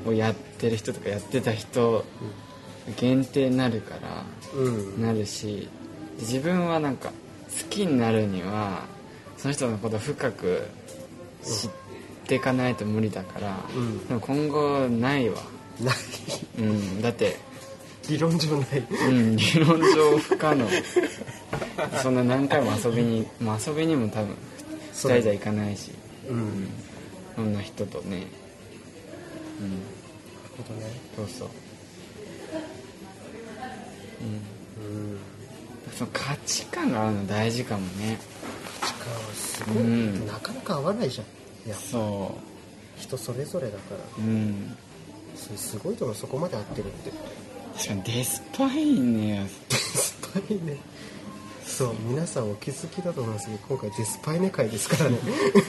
をやってる人とかやってた人限定になるから、なるし、自分はなんか好きになるにはその人のことを深く知っていかないと無理だから、でも今後ないわ。 ない、 だって理論上ない、 理論上不可能そんな何回も遊びにも多分2人じゃ行かないし、そんな人とね、 なるほどね、 そう、その価値観が合うの大事かもね。 価値観はすごい、なかなか合わないじゃん。いや、 そう人それぞれだから、それすごいと思う、そこまで合ってるって。 確かにデスパイネデスパイネ、そう、皆さんお気づきだと思いますけど、今回デスパイネ会ですからね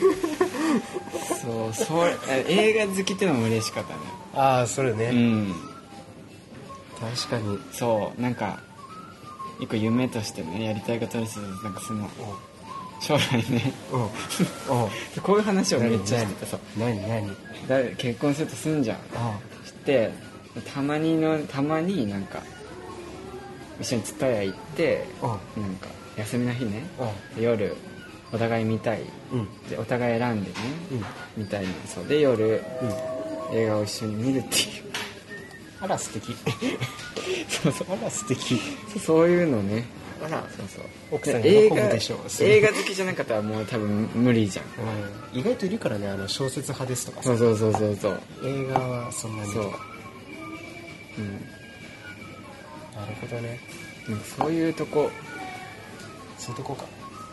そう映画好きってのも嬉しかったね。 ああ、それね、確かに。 そうなんか一個夢としてね、やりたいことです。なんかその将来ねこういう話をめっちゃやりた。そう何結婚するとすんじゃん。してたまになんか一緒にツタヤ行って、なんか休みの日ね、夜お互い見たい、でお互い選んでね、みたいな。そうで夜、映画を一緒に見るっていうあら素敵そうあら素敵、 そういうのね。 あら、 そう奥さん喜ぶでしょう。 映画好きじゃなかったらもう多分無理じゃん。 意外といるからね、小説派ですとかそう映画はそんなにとか。なるほどね。 そういうとこか。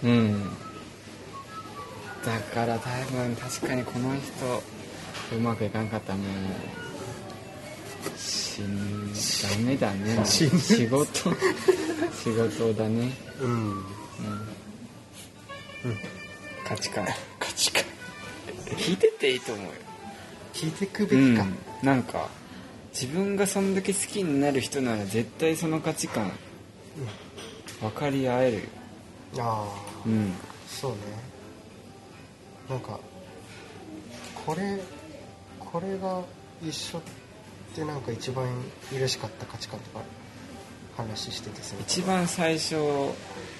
だから多分確かにこの人うまくいかんかったらもうダメだね。仕事だね。価値観聞いてっていいと思うよ。 聞いてくべきか。 なんか自分がそんだけ好きになる人なら絶対その価値観分かり合えるよ。 そうね。なんかこれが一緒ってなんか一番嬉しかった価値観とか話してて、 一番最初言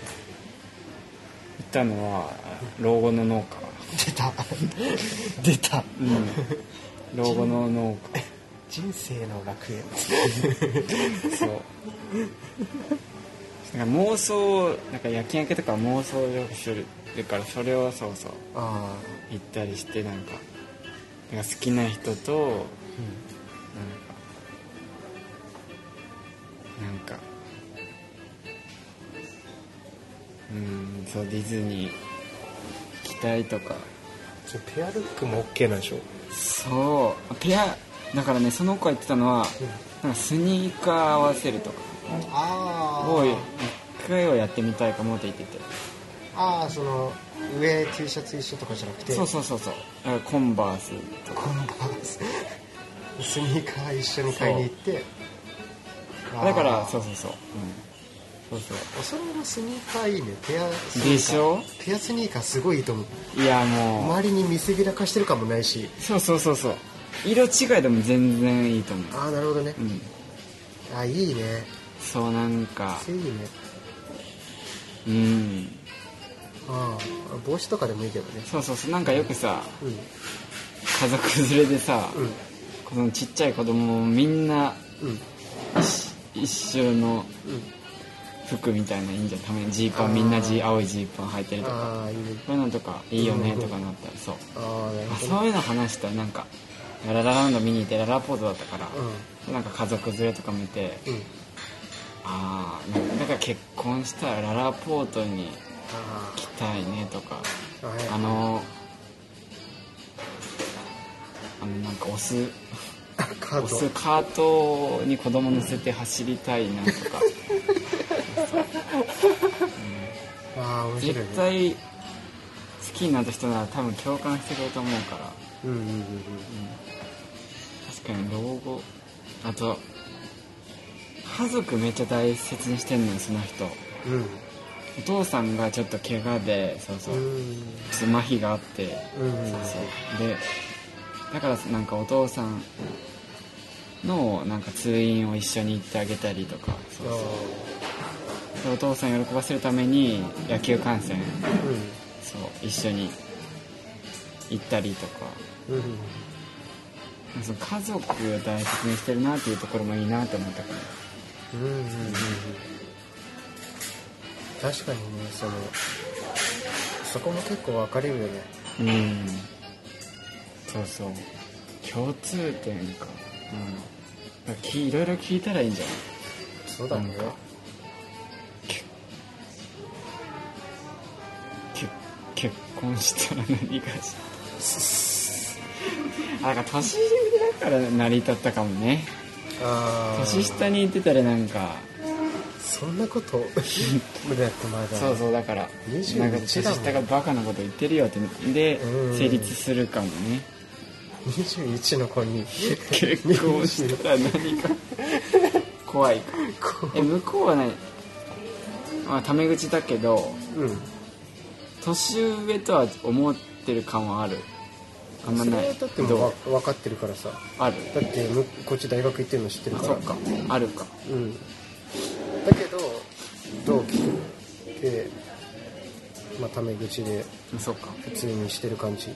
ったのは老後の農家。出た老後の農家人生の楽園そうなんか妄想、なんか夜勤明けとか妄想をよくするから、それを言ったりして、なんか好きな人と、なんかそうディズニー行きたいとか。 ペアルックも OK なんでしょ。 そうペアだからね、その子が言ってたのは、なんかスニーカー合わせるとかを一回はやってみたいかもって言ってて。 その上 T シャツ一緒とかじゃなくて、 そうコンバースとかスニーカー一緒に買いに行って、 だからそうそれのスニーカーいいね。ペアスニーカーでしょ。 ペアスニーカーすごいいいと思う。 いやもう周りに見せびらかしてる感もないし。 そう色違いでも全然いいと思う。 なるほどね。いいね。 そうなんかいいね。帽子とかでもいいけどね。そうなんかよくさ、家族連れでさ、このちっちゃい子供みんな、一緒の服みたいなのいいんじゃん。たまにジーパンみんな青いジーパン履いてるとか、そういうのとかいいよねとかなったら、そういうの話したら、なんかララランド見に行ってララポートだったから、なんか家族連れとか見て、なんか結婚したらララポートに来たいねとか、なんか押すカートに子供乗せて走りたいなとか面白いね。 絶対好きになった人なら多分共感してくれると思うから。確かに老後、あと家族めっちゃ大切にしてんのよ、その人。お父さんがちょっと怪我でちょっと麻痺があって、でだからなんかお父さんのなんか通院を一緒に行ってあげたりとか、そうそう、お父さんを喜ばせるために野球観戦、そう一緒に行ったりとか、その家族を大切にしてるなっていうところもいいなと思ったから。 確かにね、そこも結構分かれるよね。 そうそう、共通点か。いろいろ聞いたらいいんじゃない？ そうだね。 結婚したら何がなんか年上だから成り立ったかもね。年下に言ってたらなんかそんなことだってまだそうだからなんか年下がバカなこと言ってるよってで成立するかもね。 21の子に結婚したら何か怖いか。向こうはね、まあタメ口だけど、年上とは思ってる感はある。あんまない。 それはだってもう分かってるからさ。 ある。 だってこっち大学行ってるの知ってるから。 そっか、あるか。 だけど同期でまあタメ口でそっか普通にしてる感じ。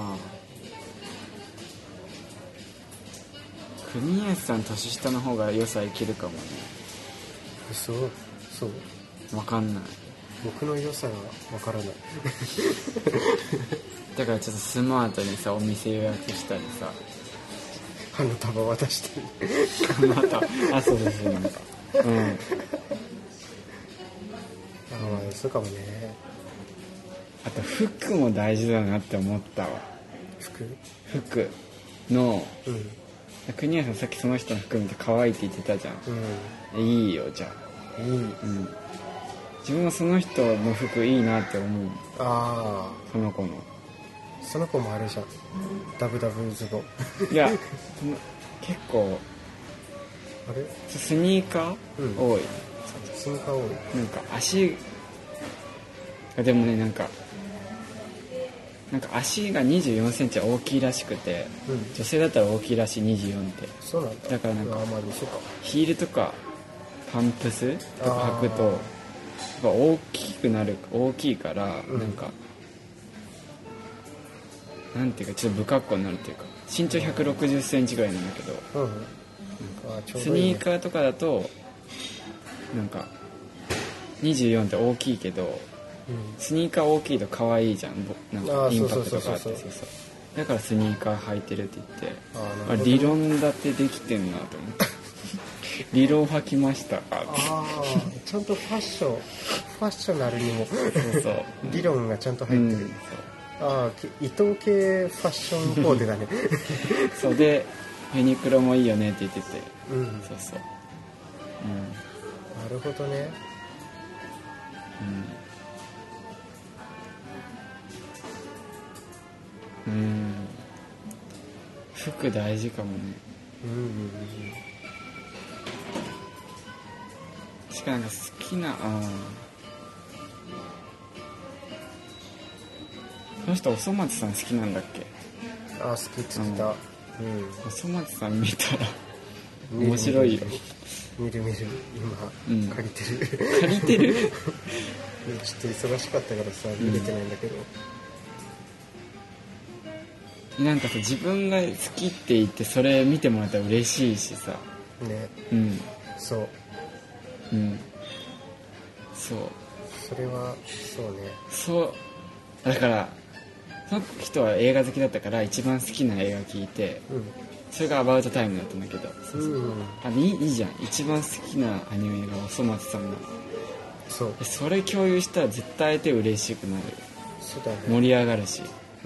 国安さん年下の方が良さ生きるかもね。 そう分かんない。 僕の良さは分からないだからちょっとスマートにさお店予約したりさ花束渡してまたそうですなんかそうかもね。 あと服も大事だなって思ったわ。服の、国安さんさっきその人の服見て可愛いって言ってたじゃん、いいよじゃあ自分もその人の服いいなって思う。その子もあれじゃん、ダブダブズボンいや結構あれスニーカー多い、 スニーカー多い。 なんか足でもねなんか足が24センチは大きいらしくて、女性だったら大きいらしい24って。 そうなんだ。 だからなんかそうか。 ヒールとかパンプスとか履くとやっぱ大きいから、なんかなんていうかちょっと不格好になるっていうか、身長160センチぐらいなんだけど、スニーカーとかだとなんか24って大きいけど、スニーカー大きいと可愛いじゃん、なんかインパクトがあって、だからスニーカー履いてるって言って、理論立てできてんなと思って理論履きましたかってちゃんとファッショナルにもそう理論がちゃんと入ってる、伊藤系ファッションコーデだねそうでユニクロもいいよねって言ってて、そう、 なるほどね。 服大事かもね。しかもなんか好きなその人おそ松さん好きなんだっけ？ 好きって言ってた。 おそ松さん見たら面白いよ。 見る今、借りてる借りてるちょっと忙しかったからさ見れてないんだけど、 なんかさ自分が好きって言ってそれ見てもらったら嬉しいしさね、そうそれはそうね。 そうだからその人は映画好きだったから一番好きな映画聞いて、それがアバウトタイムだったんだけど、いいじゃん、一番好きなアニメがおそ松さんなの。それ共有したら絶対相手嬉しくなる。 そうだね、 盛り上がるし、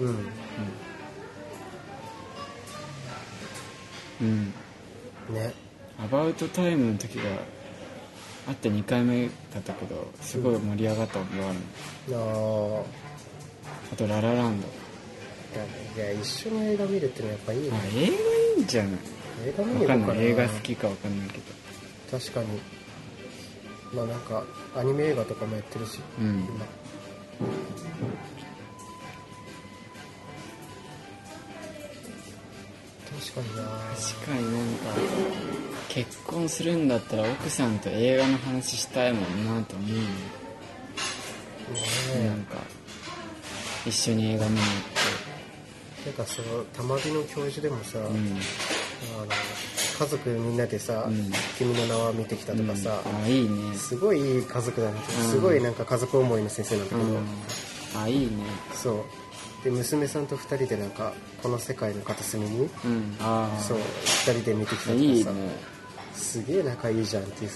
ね。 アバウトタイムの時があって2回目だったけどすごい盛り上がったのがある。あとララランド。 いや一緒の映画見るってのはやっぱいいね。 映画いいんじゃない？ 映画見に行こうかな。 分かんない、映画好きか分かんないけど。 確かになんかアニメ映画とかもやってるし、今確かになんか結婚するんだったら奥さんと映画の話したいもんなと思うよ、なんか一緒に映画見に行って、 なんかその玉美の教授でもさ、家族みんなでさ、君の名は見てきたとかさ、 いいね、 すごいいい家族なんだけど、すごいなんか家族思いの先生なんだけど、 いいね。 そうで娘さんと2人でなんかこの世界の片隅に、そう2人で見てきたとかさ、いいね、すげえ仲いいじゃんっていう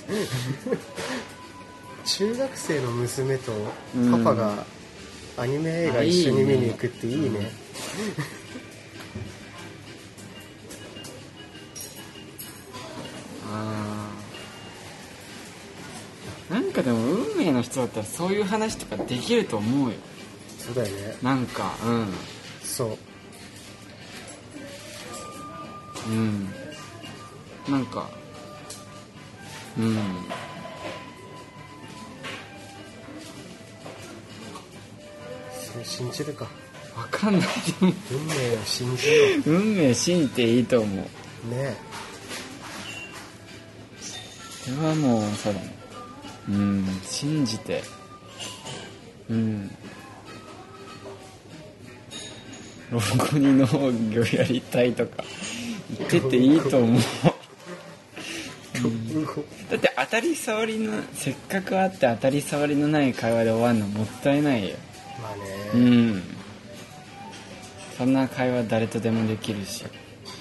中学生の娘とパパがアニメ映画一緒に見に行くっていいね。 なんかでも運命の人だったらそういう話とかできると思うよ。 そうだよね。 なんかそうなんかそう信じるか分かんない。でも運命を信じよう。運命信じていいと思うね。 それはもうそうだね。信じて老後に農業やりたいとか言ってていいと思うだって当たり障りのせっかくあって当たり障りのない会話で終わるのもったいないよ。 まあね。 そんな会話誰とでもできるし。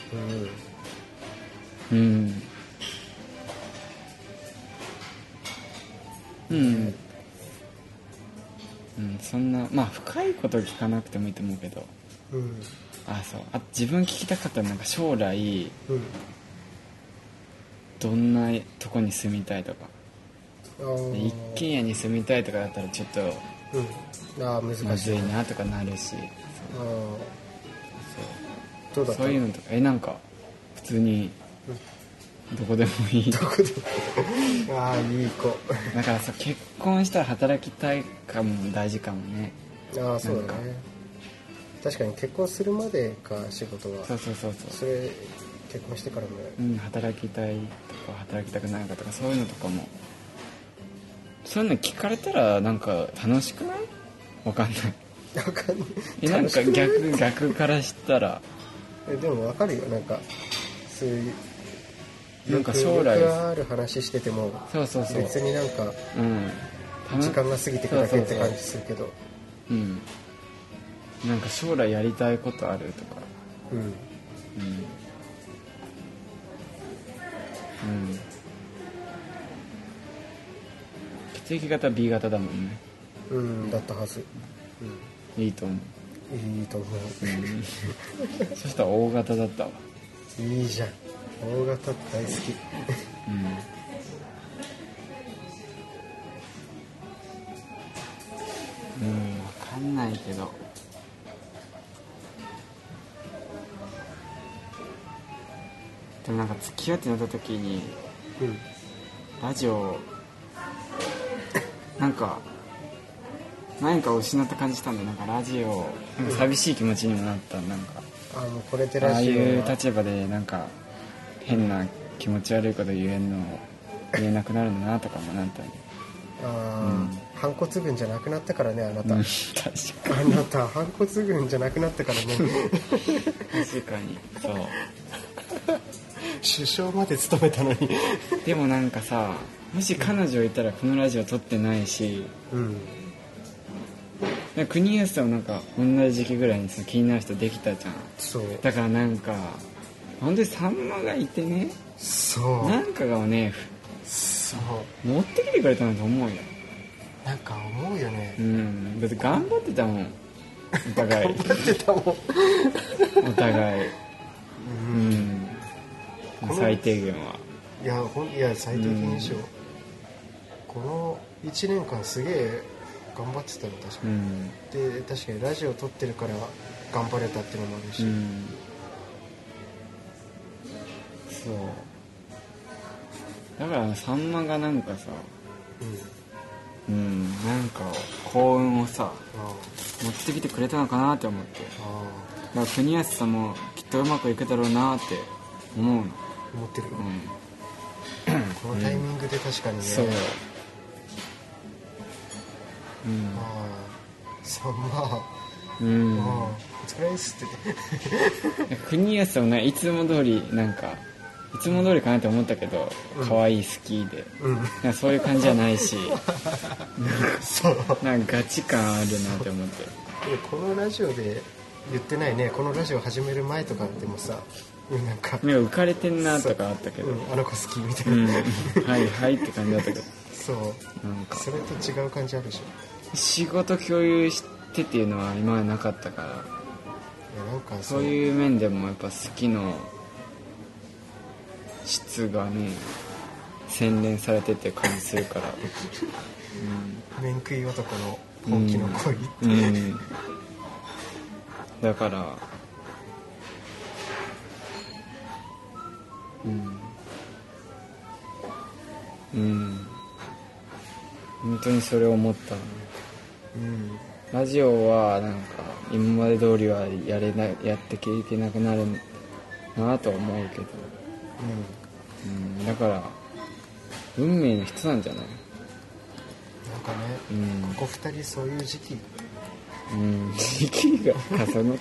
そんな深いこと聞かなくてもいいと思うけど、そう自分聞きたかったらなんか将来、どんなとこに住みたいとか、一軒家に住みたいとかだったらちょっと、 難しい、 まずいなとかなるし、そういうのとかなんか普通にどこでもいい。 どこでもいい子だからさ、結婚したら働きたいかも大事かもね。 そうだね。確かに結婚するまでか仕事は。そうそれ結婚してからも働きたいとか働きたくないかとかそういうのとかも、そういうの聞かれたらなんか楽しくない？わかんないなんか逆からしたらでもわかるよ。なんかそういうなんか将来ある話してても別になんか時間が過ぎてくだけって感じするけど、 なんか将来やりたいことあるとか、血液型 B 型だもんね。 だったはず。 いいと思う。そしたら O 型だったわ。 いいじゃん。大型大好き。 分かんないけど、でもなんか付き合ってなった時に、ラジオなんか何かを失った感じしたんだ。なんかラジオなんか寂しい気持ちにもなった。なんかもうこれでラジオああいう立場でなんか変な気持ち悪いこと言えなくなるんだなとかもなったり。 反骨群じゃなくなったからね、あなた。 確かに。あなた反骨群じゃなくなったからね。 確かにそう。 首相まで務めたのに。 でもなんかさ、もし彼女いたらこのラジオ撮ってないし、国安さんもなんか同じ時期ぐらいにさ気になる人できたじゃん。 そうだからなんか本当にさんまがいてね、なんかがね持ってきてくれたんだと思うよ。 なんか思うよね。 だって頑張ってたもん、お互い。 頑張ってたもんお互い。最低限は。 いや最低限でしょ。この1年間すげえ頑張ってたの確かに。で確かにラジオ撮ってるから頑張れたっていうのもあるし。 そうだからさんまがなんかさ、なんか幸運をさ持ってきてくれたのかなって思って。だから国安さんもきっとうまくいくだろうなって思うの。 思ってる。 このタイミングで確かにね、 そう、 まあそんなお疲れっすって国安さんもいつも通りなんかいつも通りかなって思ったけど、可愛い好きで、なんかそういう感じじゃないしそうなんかガチ感あるなって思って。 このラジオで言ってないね。このラジオ始める前とかでもさ、なんか目を浮かれてんなとかあったけど、 あの子好きみたいな、 はいはいって感じだったけど、 そうなんかそれと違う感じあるでしょ。 仕事共有してっていうのは今までなかったから、 なんかそういう面でもやっぱ好きの質がね洗練されてって感じするから面食い男の本気の恋って、 だから本当にそれを思った、ラジオはなんか今まで通りはやっていけなくなるなと思うけど、だから運命の人なんじゃない？ なんかね、ここ2人そういう時期時期が重なった重な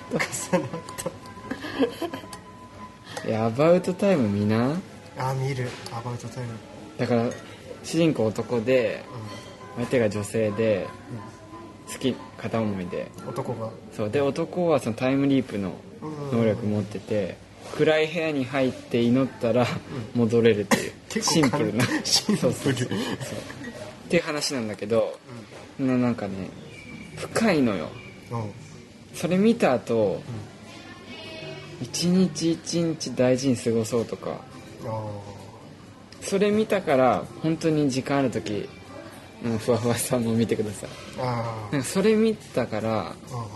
ったいやアバウトタイム見な？ 見るアバウトタイムだから主人公男で、相手が女性で、好き片思いで男がそうで、男はそのタイムリープの能力持ってて、暗い部屋に入って祈ったら戻れるっていう、シンプルなそうっていう話なんだけど、なんかね深いのよ。それ見た後、一日一日大事に過ごそうとか、それ見たから本当に時間ある時ふわふわさんも見てください。なんかそれ見たから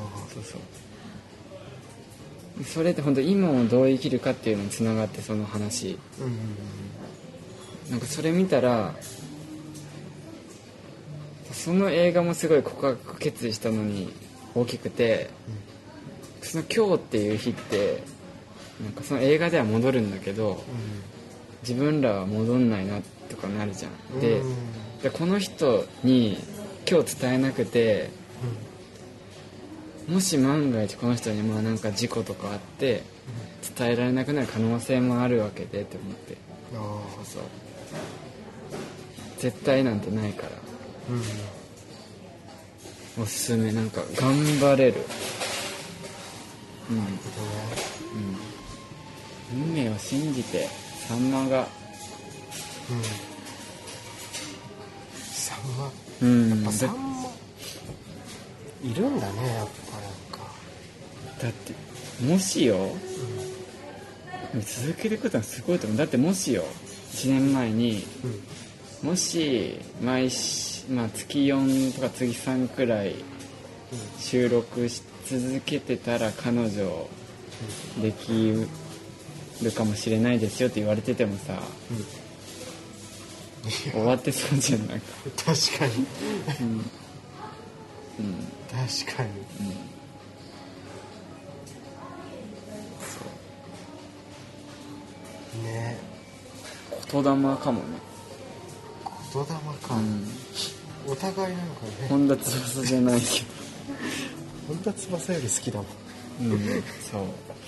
それって本当今をどう生きるかっていうのにつながって、その話、なんかそれ見たら、その映画もすごい告白決意したのに大きくて、その今日っていう日ってなんかその映画では戻るんだけど、自分らは戻んないなとかなるじゃん。でこの人に今日伝えなくて、もし万が一この人になんか事故とかあって伝えられなくなる可能性もあるわけでって思って、そう絶対なんてないから、おすすめ。なんか頑張れる。運命を信じて。さんまがさんま、やっぱさんまいるんだね、やっぱ。なんかだってもしよ、続けることはすごいと思う。だってもしよ1年前に、もし月4とか月3くらい収録し続けてたら彼女できるかもしれないですよって言われててもさ、終わってそうじゃないか。 確かに確かに、そうね、 言霊かもね。 言霊か、お互いなんかね、 本田翼じゃないけど本田翼より好きだもん。 そう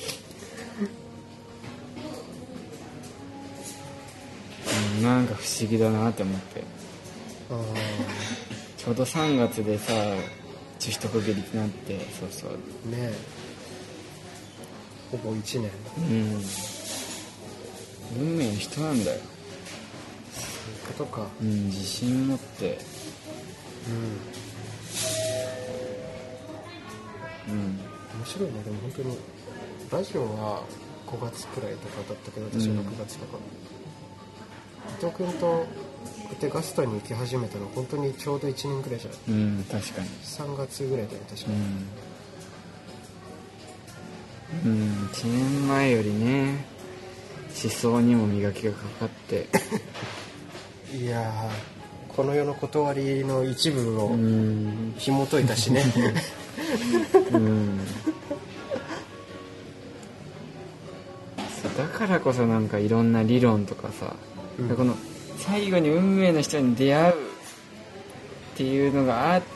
なんか不思議だなって思って。ちょうど3月でさ一区切りになって、そうね、ほぼ1年。 運命の人なんだよ。 そういうことか。 自信持って。 面白いね。でも本当にラジオは5月くらいとかだったけど、私は6月とか、伊藤君とこうやってガストに行き始めたの本当にちょうど1年くらいじゃない？ 確かに 3月ぐらいだよ確かに。1年前よりね、思想にも磨きがかかっていやー、この世の断りの一部を紐解いたしね。 だからこそなんかいろんな理論とかさ、この最後に運命の人に出会うっていうのがあって、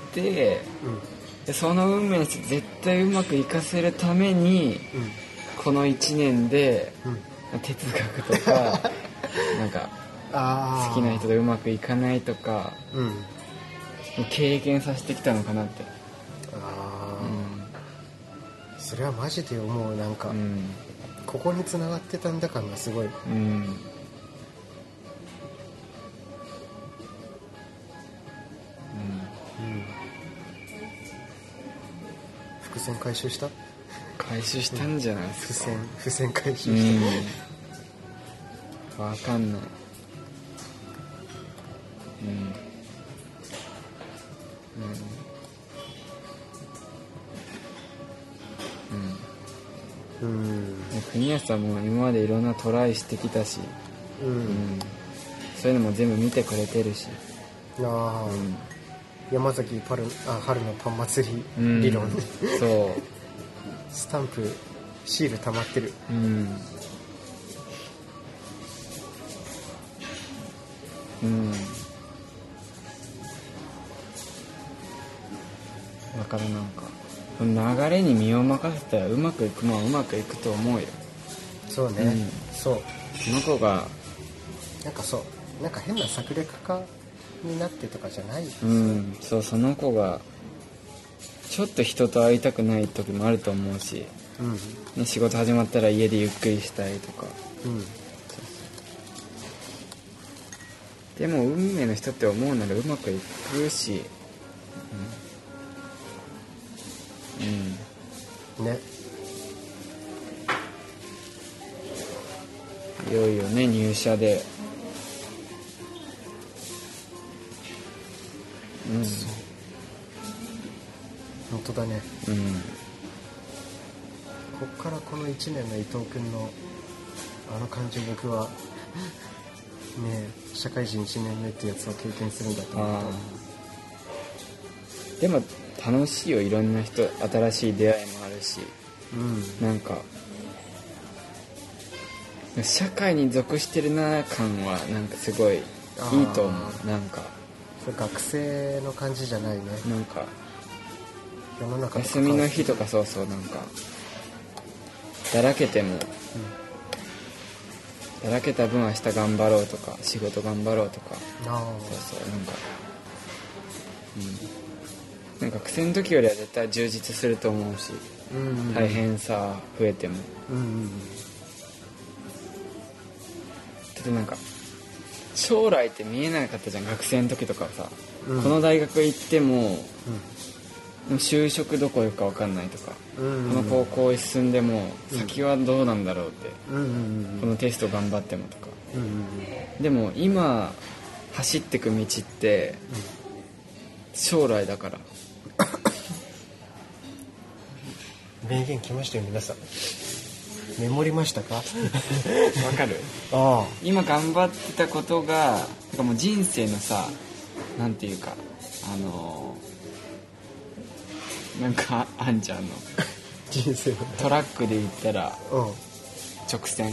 でその運命の人絶対うまくいかせるために、この1年で、哲学とかなんか好きな人でうまくいかないとか、経験させてきたのかなって。 それはマジで思う。なんか、ここに繋がってたんだ感がすごい。伏線回収したんじゃないですか。 伏線回収した、 分かんない。国安さんも今までいろんなトライしてきたし、そういうのも全部見てくれてるし、 山崎春のパン祭り理論、 そうスタンプシール溜まってる。 だからなんか流れに身を任せたらうまくいくもんはうまくいくと思うよ。 そうね、そうその子がなんか変な策略家になってとかじゃない、 その子がちょっと人と会いたくない時もあると思うし、仕事始まったら家でゆっくりしたいとか、でも運命の人って思うならうまくいくし、 ね、 いよいよね入社で、 本当だね、こっからこの1年の伊藤君のあの感じ、僕はね社会人1年目ってやつを経験するんだと思うと、 でも楽しいよ。いろんな人、新しい出会いもあるし、なんか社会に属してるな感はなんかすごいいいと思う。なんか学生の感じじゃないね。 なんか世の中休みの日とかなんかだらけても、だらけた分明日頑張ろうとか仕事頑張ろうとか、なんか学生の時よりは絶対充実すると思うし、大変さ増えても、ちょっとなんか将来って見えなかったじゃん、学生の時とかはさ、この大学行っても、就職どこ行くか分かんないとか、この高校へ進んでも先はどうなんだろうって、このテスト頑張ってもとか、でも今走ってく道って将来だから。 名言来ましたよ皆さん。メモりましたか？わかる？今頑張ってたことがもう人生のさ、なんていうかなんかあんじゃんの人生のトラックで言ったら直線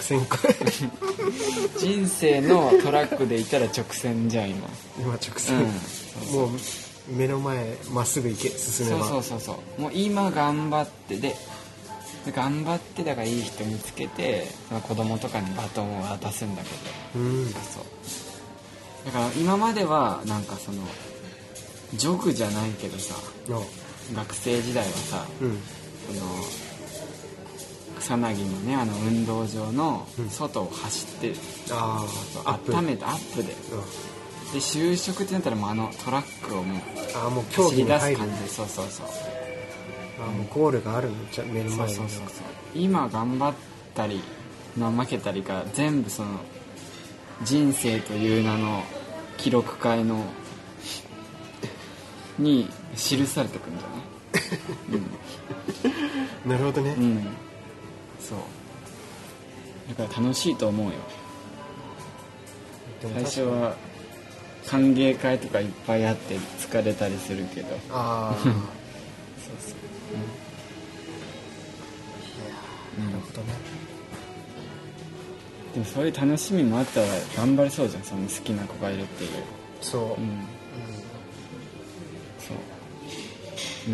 人生のトラックで言ったら直線じゃん今直線、もう目の前まっすぐ行け進めば、 もう今頑張ってで頑張ってだからいい人見つけてその子供とかにバトンを渡すんだけど、だから今まではなんかそのジョグじゃないけどさ、学生時代はさ、その草薙のね運動場の外を走って、温めてアップで、で就職ってなったらもうトラックをもう走り出す感じで、 もうゴールがあるのじゃ目の前に。 今頑張ったり負けたりが全部その人生という名の記録会のに記されてくんじゃない？ なるほどね。 そうだから楽しいと思うよ。最初は歓迎会とかいっぱいあって疲れたりするけど、そうそう、 なるほどね。 でもそういう楽しみもあったら頑張れそうじゃん、その好きな子がいるっていう。 そう、 うん、そう、うん、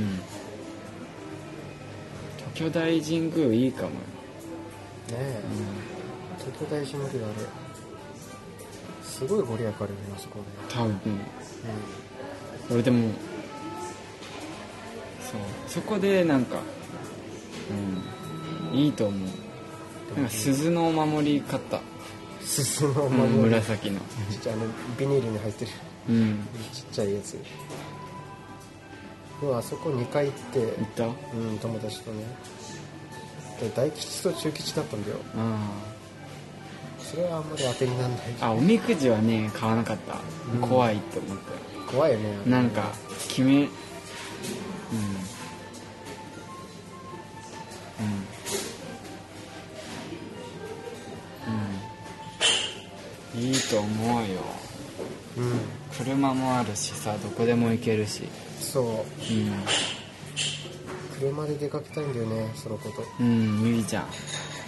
東京大神宮いいかもよねえ、東京大神宮あれすごいご利益あるよね、あそこね。 多分、俺でもそこでなんか、いいと思う。なんか鈴のお守り買った。 鈴のお守り、 紫のちっちゃいビニールに入ってる、ちっちゃいやつ。あそこ2回行って行った？ 友達とね。大吉と中吉だったんだよ。それはあんまり当てにならない。 おみくじはね買わなかった、怖いと思って。 怖いよね、 なんか決めいいと思うよ。車もあるしさ、どこでも行けるし。 そう、車で出かけたいんだよね、そのこと。 いいじゃん。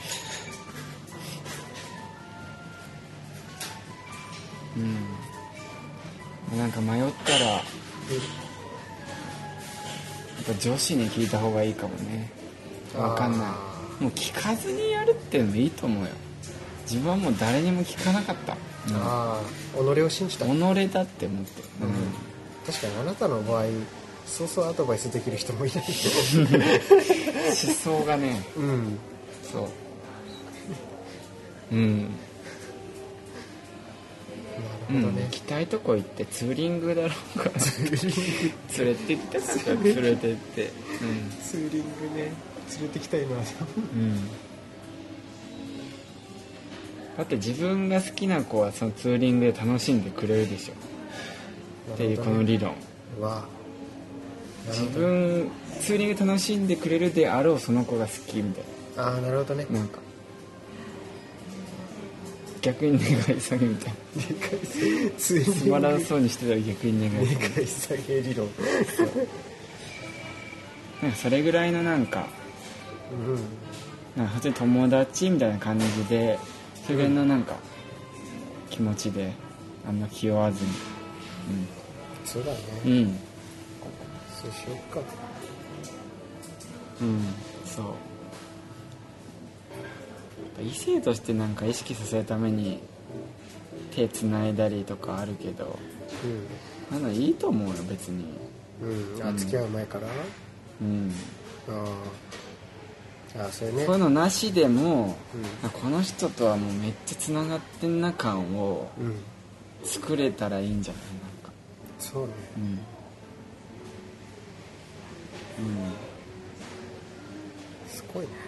なんか迷ったら、やっぱ女子に聞いた方がいいかもね。わかんない。もう聞かずにやるっていうのもいいと思うよ。自分はもう誰にも聞かなかった。 己を信じた。 己だって思って、 確かにあなたの場合そうそうアドバイスできる人もいない思想がね、そう、なるほどね。行きたいとこ行ってツーリングだろうから連れてきたかったら連れてって、 ツーリングね、連れてきたいな。 だって自分が好きな子はそのツーリングで楽しんでくれるでしょっていうこの理論。自分ツーリング楽しんでくれるであろうその子が好きみたいな。 なるほどね。 なんか逆に願い下げみたいな。つまらなそうにしてたら逆に願い下げ理論。 なんかそれぐらいのなんか普通に友達みたいな感じで、それぐらいのなんか気持ちであんま気負わずに、 そうだね。そうしようか。 そう。異性としてなんか意識させるために手つないだりとかあるけど、なんだいいと思うよ別に。 付き合う前から。それね。 そういうのなしでも、この人とはもうめっちゃつながってんな感を作れたらいいんじゃない？なんかそうね。すごいね。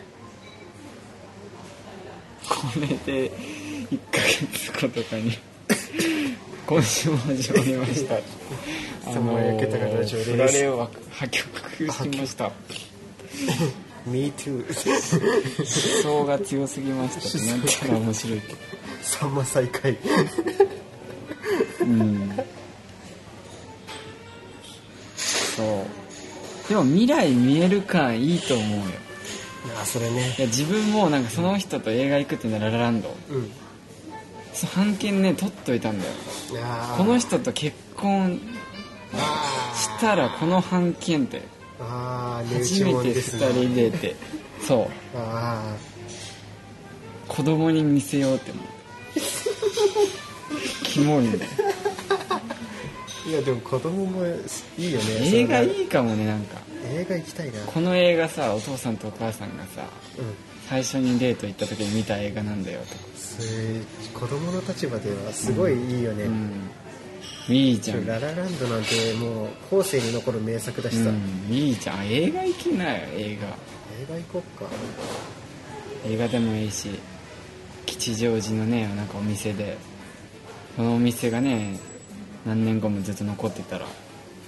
これで1ヶ月後とかに今週も始まりました焼けた形でフラレを破局しました。 Me too。 思想が強すぎましたってなったら面白いけど。 さんま再会。 そうでも未来見える感いいと思うよ。 それね。 いや自分もなんかその人と映画行くっていうのはララランド、その半券ね取っといたんだよ。この人と結婚したらこの半券って初めて2人出て、そう子供に見せようって思う。キモいんだよ。 いやでも子供もいいよね。 映画いいかもね。なんか映画行きたいな。 この映画さ、お父さんとお母さんがさ、最初にデート行った時に見た映画なんだよとか。 子供の立場ではすごいいいよね。 いいじゃん。 ララランドなんてもう後世に残る名作だしさ。 いいじゃん。映画行きなよ。映画行こっか。 映画でもいいし、吉祥寺のねなんかお店で、このお店がね何年後もずっと残ってたらね。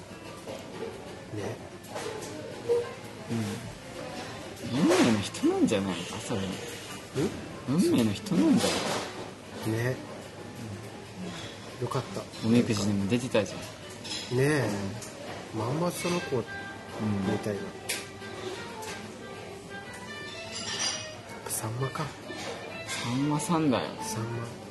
運命の人なんじゃないかそれ。運命の人なんじゃないね。よかった。 おみくじにも出てたじゃんね。まんまその子みたいな。さんまか。 さんまさんだよ。 さんま